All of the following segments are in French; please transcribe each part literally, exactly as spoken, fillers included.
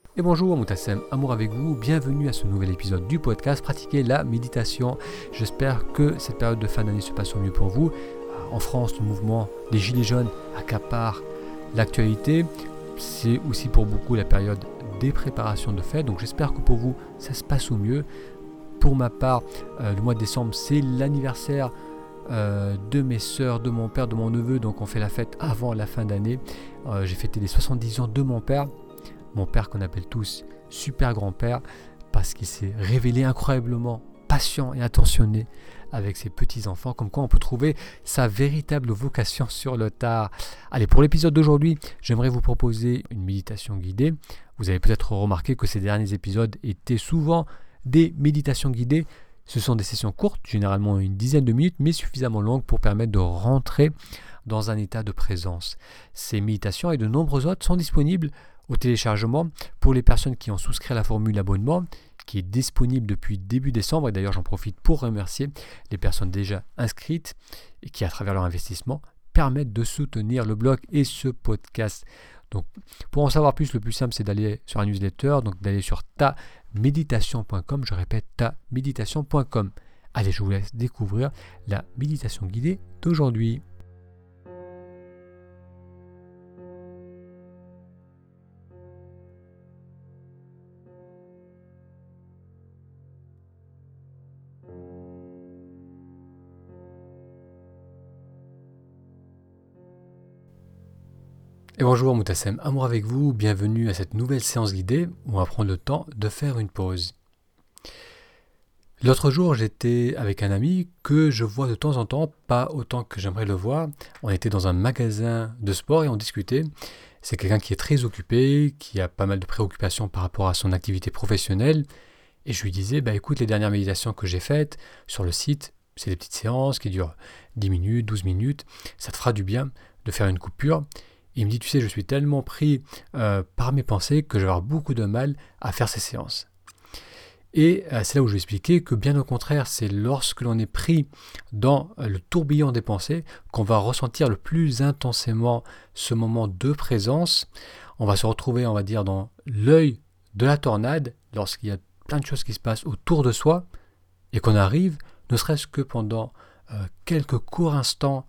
Et bonjour Moutassem, amour avec vous, bienvenue à ce nouvel épisode du podcast Pratiquer la méditation. J'espère que cette période de fin d'année se passe au mieux pour vous. En France, le mouvement des Gilets jaunes accapare l'actualité. C'est aussi pour beaucoup la période des préparations de fête, donc j'espère que pour vous, ça se passe au mieux. Pour ma part, euh, le mois de décembre, c'est l'anniversaire euh, de mes sœurs, de mon père, de mon neveu, donc on fait la fête avant la fin d'année. Euh, j'ai fêté les soixante-dix ans de mon père. Mon père qu'on appelle tous super grand-père parce qu'il s'est révélé incroyablement patient et attentionné avec ses petits-enfants, comme quoi on peut trouver sa véritable vocation sur le tard. Allez, pour l'épisode d'aujourd'hui, j'aimerais vous proposer une méditation guidée. Vous avez peut-être remarqué que ces derniers épisodes étaient souvent des méditations guidées. Ce sont des sessions courtes, généralement une dizaine de minutes, mais suffisamment longues pour permettre de rentrer dans un état de présence. Ces méditations et de nombreuses autres sont disponibles au téléchargement pour les personnes qui ont souscrit à la formule abonnement qui est disponible depuis début décembre. Et d'ailleurs, j'en profite pour remercier les personnes déjà inscrites et qui, à travers leur investissement, permettent de soutenir le blog et ce podcast. Donc, pour en savoir plus, le plus simple, c'est d'aller sur la newsletter, donc d'aller sur ta méditation point com. Je répète, ta méditation point com. Allez, je vous laisse découvrir la méditation guidée d'aujourd'hui. Et bonjour Moutassem, amour avec vous, bienvenue à cette nouvelle séance guidée où on va prendre le temps de faire une pause. L'autre jour, j'étais avec un ami que je vois de temps en temps, pas autant que j'aimerais le voir. On était dans un magasin de sport et on discutait. C'est quelqu'un qui est très occupé, qui a pas mal de préoccupations par rapport à son activité professionnelle. Et je lui disais, bah écoute, les dernières méditations que j'ai faites sur le site, c'est des petites séances qui durent dix minutes, douze minutes. Ça te fera du bien de faire une coupure. Il me dit, tu sais, je suis tellement pris euh, par mes pensées que je vais avoir beaucoup de mal à faire ces séances. Et euh, c'est là où je vais expliquer que bien au contraire, c'est lorsque l'on est pris dans euh, le tourbillon des pensées qu'on va ressentir le plus intensément ce moment de présence. On va se retrouver, on va dire, dans l'œil de la tornade lorsqu'il y a plein de choses qui se passent autour de soi et qu'on arrive, ne serait-ce que pendant euh, quelques courts instants,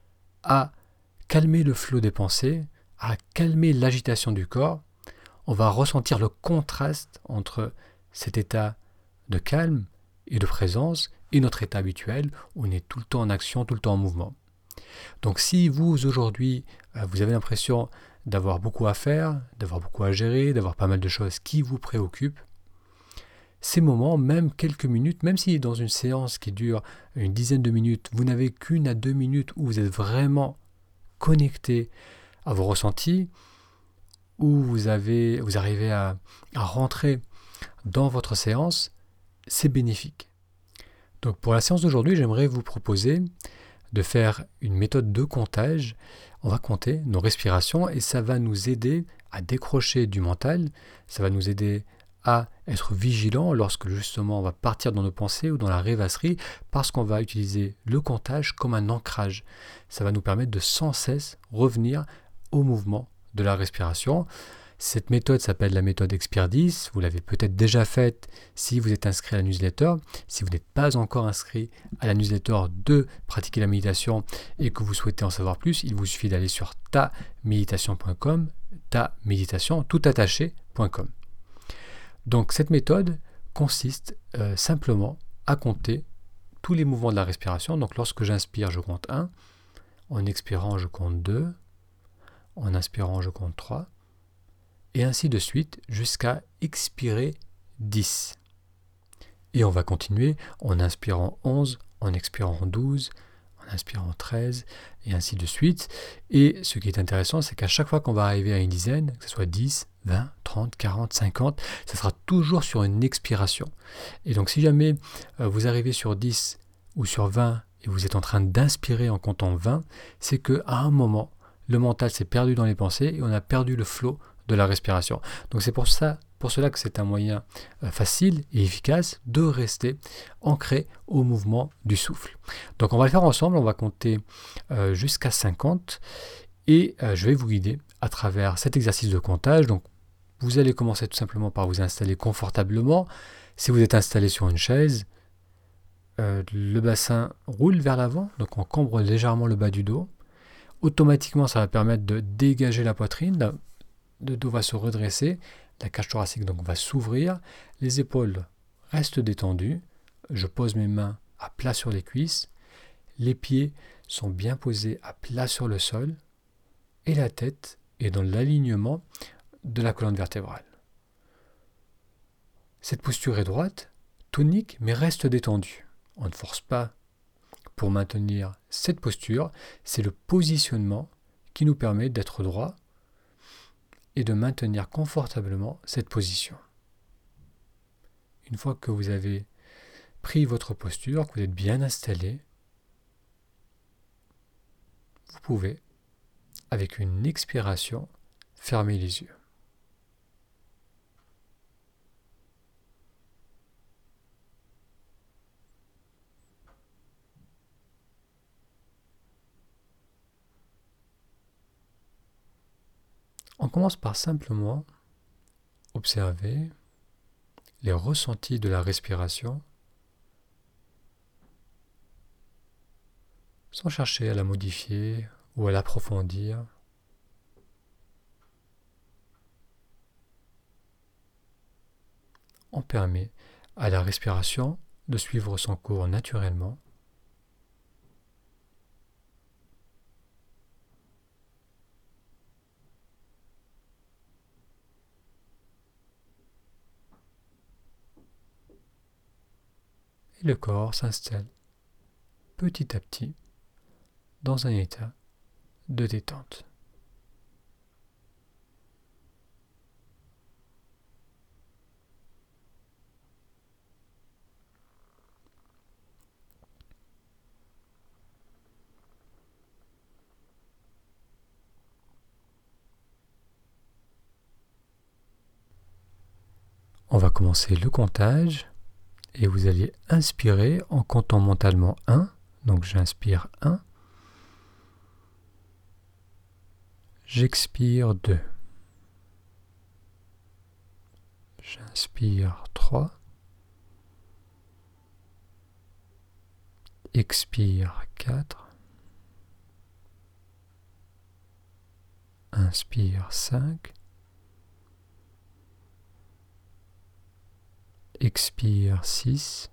à calmer le flot des pensées, à calmer l'agitation du corps. On va ressentir le contraste entre cet état de calme et de présence et notre état habituel où on est tout le temps en action, tout le temps en mouvement. Donc si vous aujourd'hui, vous avez l'impression d'avoir beaucoup à faire, d'avoir beaucoup à gérer, d'avoir pas mal de choses qui vous préoccupent, ces moments, même quelques minutes, même si dans une séance qui dure une dizaine de minutes, vous n'avez qu'une à deux minutes où vous êtes vraiment connecté à vos ressentis, où vous, avez, vous arrivez à, à rentrer dans votre séance, c'est bénéfique. Donc pour la séance d'aujourd'hui, j'aimerais vous proposer de faire une méthode de comptage. On va compter nos respirations et ça va nous aider à décrocher du mental, ça va nous aider à être vigilant lorsque justement on va partir dans nos pensées ou dans la rêvasserie parce qu'on va utiliser le comptage comme un ancrage. Ça va nous permettre de sans cesse revenir au mouvement de la respiration. Cette méthode s'appelle la méthode Expire dix. Vous l'avez peut-être déjà faite si vous êtes inscrit à la newsletter. Si vous n'êtes pas encore inscrit à la newsletter de Pratiquer la méditation et que vous souhaitez en savoir plus, il vous suffit d'aller sur ta méditation point com, ta méditation tout attaché point com. Donc cette méthode consiste euh, simplement à compter tous les mouvements de la respiration. Donc lorsque j'inspire, je compte un. En expirant, je compte deux. En inspirant, je compte trois. Et ainsi de suite jusqu'à expirer dix. Et on va continuer en inspirant onze, en expirant douze, en inspirant treize, et ainsi de suite. Et ce qui est intéressant, c'est qu'à chaque fois qu'on va arriver à une dizaine, que ce soit dix, vingt, trente, quarante, cinquante, ça sera toujours sur une expiration. Et donc si jamais euh, vous arrivez sur dix ou sur vingt et vous êtes en train d'inspirer en comptant vingt, c'est qu'à un moment, le mental s'est perdu dans les pensées et on a perdu le flot de la respiration. Donc c'est pour ça, pour cela que c'est un moyen euh, facile et efficace de rester ancré au mouvement du souffle. Donc on va le faire ensemble, on va compter euh, jusqu'à cinquante et euh, je vais vous guider à travers cet exercice de comptage. Donc Vous allez commencer tout simplement par vous installer confortablement. Si vous êtes installé sur une chaise, euh, le bassin roule vers l'avant, donc on cambre légèrement le bas du dos. Automatiquement, ça va permettre de dégager la poitrine. Le dos va se redresser, la cage thoracique donc va s'ouvrir, les épaules restent détendues. Je pose mes mains à plat sur les cuisses, les pieds sont bien posés à plat sur le sol et la tête est dans l'alignement de la colonne vertébrale. Cette posture est droite, tonique, mais reste détendue. On ne force pas pour maintenir cette posture, c'est le positionnement qui nous permet d'être droit et de maintenir confortablement cette position. Une fois que vous avez pris votre posture, que vous êtes bien installé, vous pouvez, avec une expiration, fermer les yeux. On commence par simplement observer les ressentis de la respiration sans chercher à la modifier ou à l'approfondir. On permet à la respiration de suivre son cours naturellement. Et le corps s'installe petit à petit dans un état de détente. On va commencer le comptage et vous allez inspirer en comptant mentalement un. Donc j'inspire un. J'expire deux. J'inspire trois. Expire quatre. Inspire cinq. Expire six.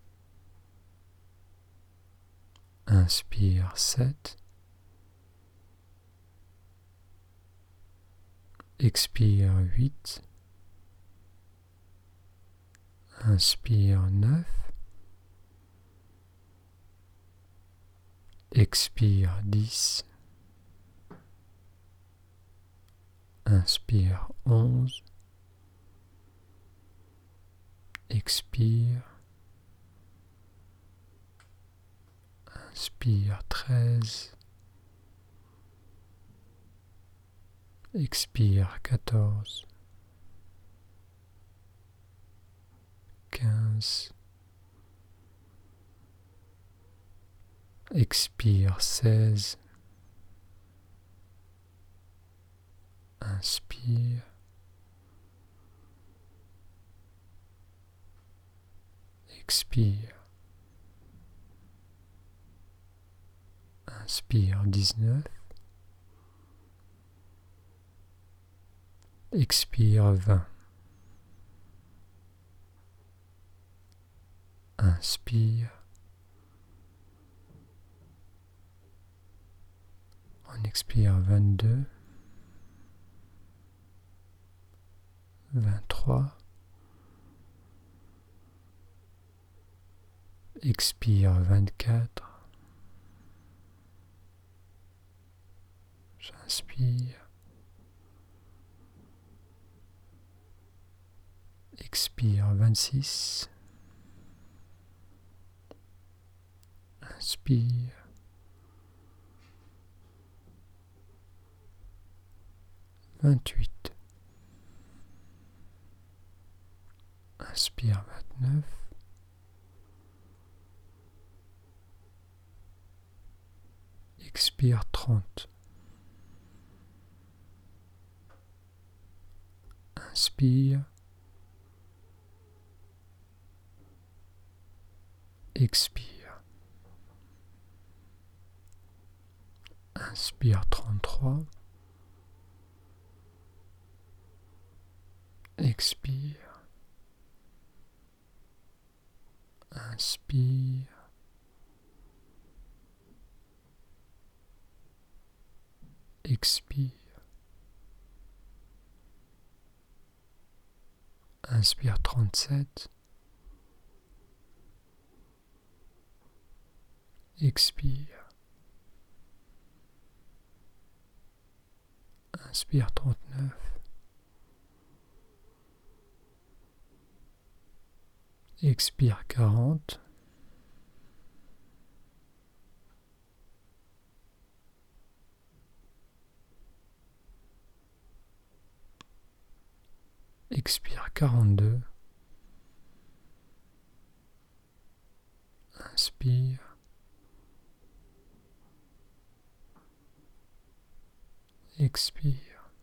Inspire sept. Expire huit. Inspire neuf. Expire dix. Inspire onze. Expire. Inspire treize. Expire quatorze. quinze. Expire seize. Inspire. Expire. Inspire dix-neuf. Expire vingt. Inspire. On expire vingt-deux. vingt-trois. Expire vingt-quatre. J'inspire. Expire vingt-six. Inspire. vingt-huit. Inspire vingt-neuf. Expire trente. Inspire. Expire. Inspire trente-trois. Expire. Inspire. Expire. Inspire trente-sept. Expire. Inspire trente-neuf. Expire quarante. Expire quarante-deux. Inspire. Expire.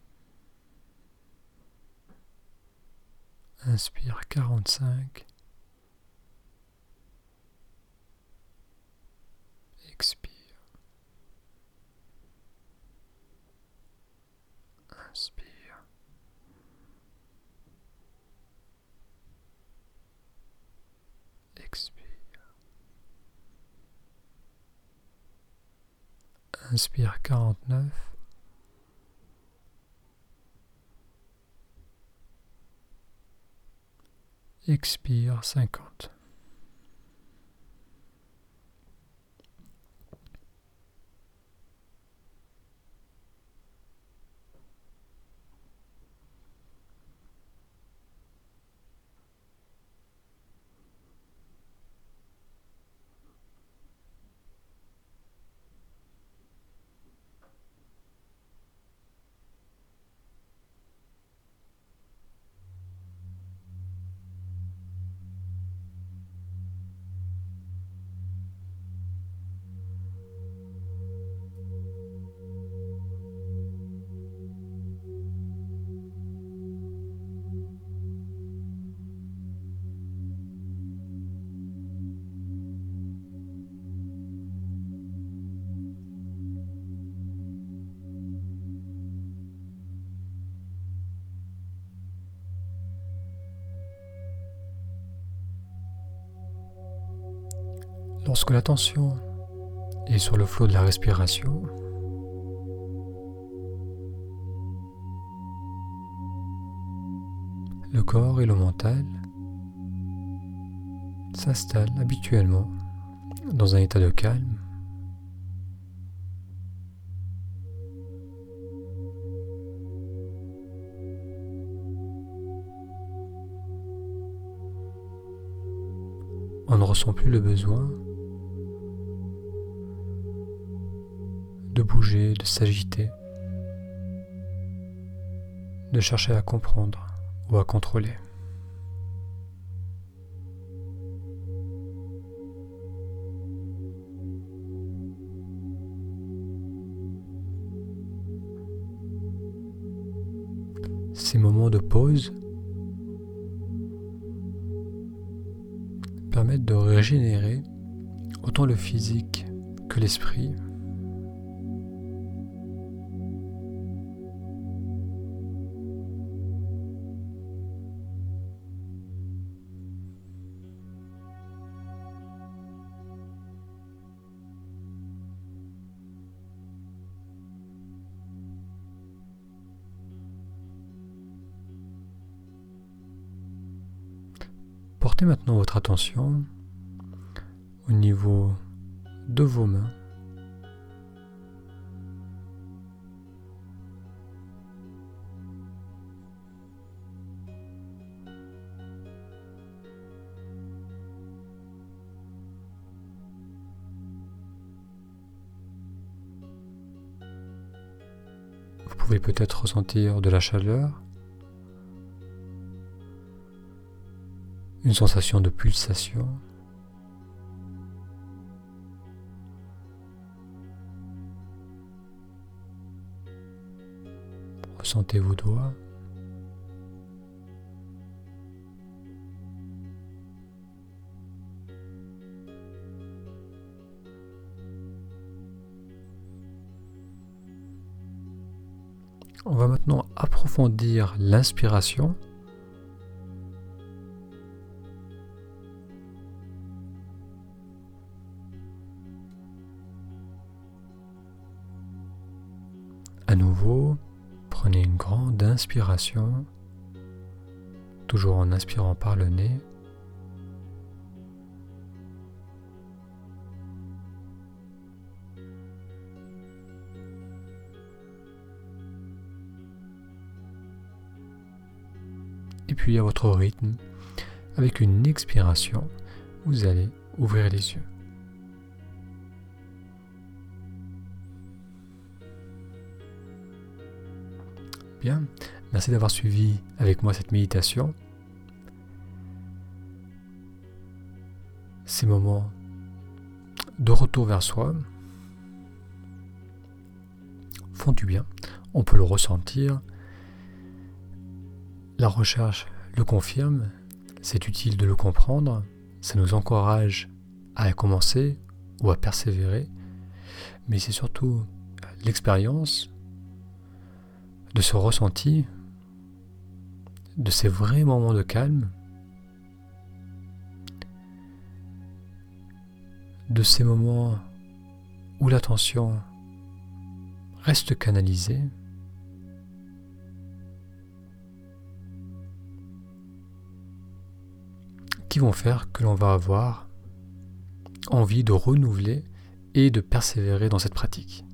Inspire quarante-cinq. Expire. Inspire. Expire. Inspire quarante-neuf. Expire cinquante. Lorsque l'attention est sur le flot de la respiration, le corps et le mental s'installent habituellement dans un état de calme. On ne ressent plus le besoin de bouger, de s'agiter, de chercher à comprendre ou à contrôler. Ces moments de pause permettent de régénérer autant le physique que l'esprit. Portez maintenant votre attention au niveau de vos mains. Vous pouvez peut-être ressentir de la chaleur, une sensation de pulsation. Ressentez vos doigts, On va maintenant approfondir l'inspiration. À nouveau, prenez une grande inspiration, toujours en inspirant par le nez. Et puis à votre rythme, avec une expiration, vous allez ouvrir les yeux. Bien, merci d'avoir suivi avec moi cette méditation. Ces moments de retour vers soi font du bien, on peut le ressentir. La recherche le confirme, c'est utile de le comprendre, ça nous encourage à commencer ou à persévérer, mais c'est surtout l'expérience de ce ressenti, de ces vrais moments de calme, de ces moments où l'attention reste canalisée, qui vont faire que l'on va avoir envie de renouveler et de persévérer dans cette pratique.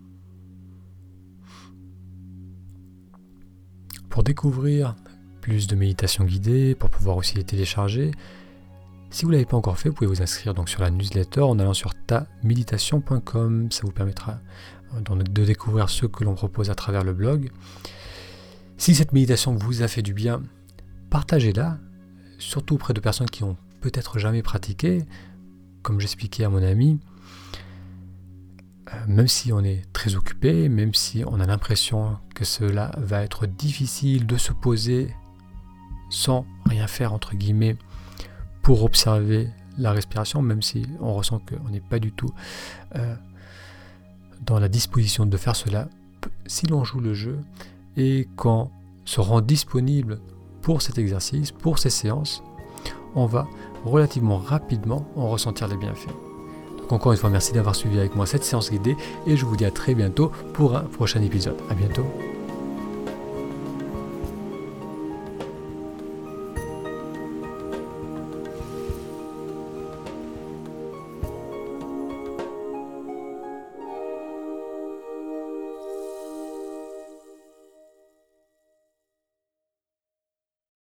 Pour découvrir plus de méditations guidées, pour pouvoir aussi les télécharger, si vous ne l'avez pas encore fait, vous pouvez vous inscrire donc sur la newsletter en allant sur ta méditation point com. Ça vous permettra de découvrir ce que l'on propose à travers le blog. Si cette méditation vous a fait du bien, partagez-la, surtout auprès de personnes qui n'ont peut-être jamais pratiqué. Comme j'expliquais à mon ami, euh, même si on est très occupé, même si on a l'impression que cela va être difficile de se poser sans rien faire entre guillemets pour observer la respiration, même si on ressent qu'on n'est pas du tout euh, dans la disposition de faire cela, si l'on joue le jeu et qu'on se rend disponible pour cet exercice, pour ces séances, on va relativement rapidement en ressentir les bienfaits. Donc encore une fois, merci d'avoir suivi avec moi cette séance guidée et je vous dis à très bientôt pour un prochain épisode. À bientôt.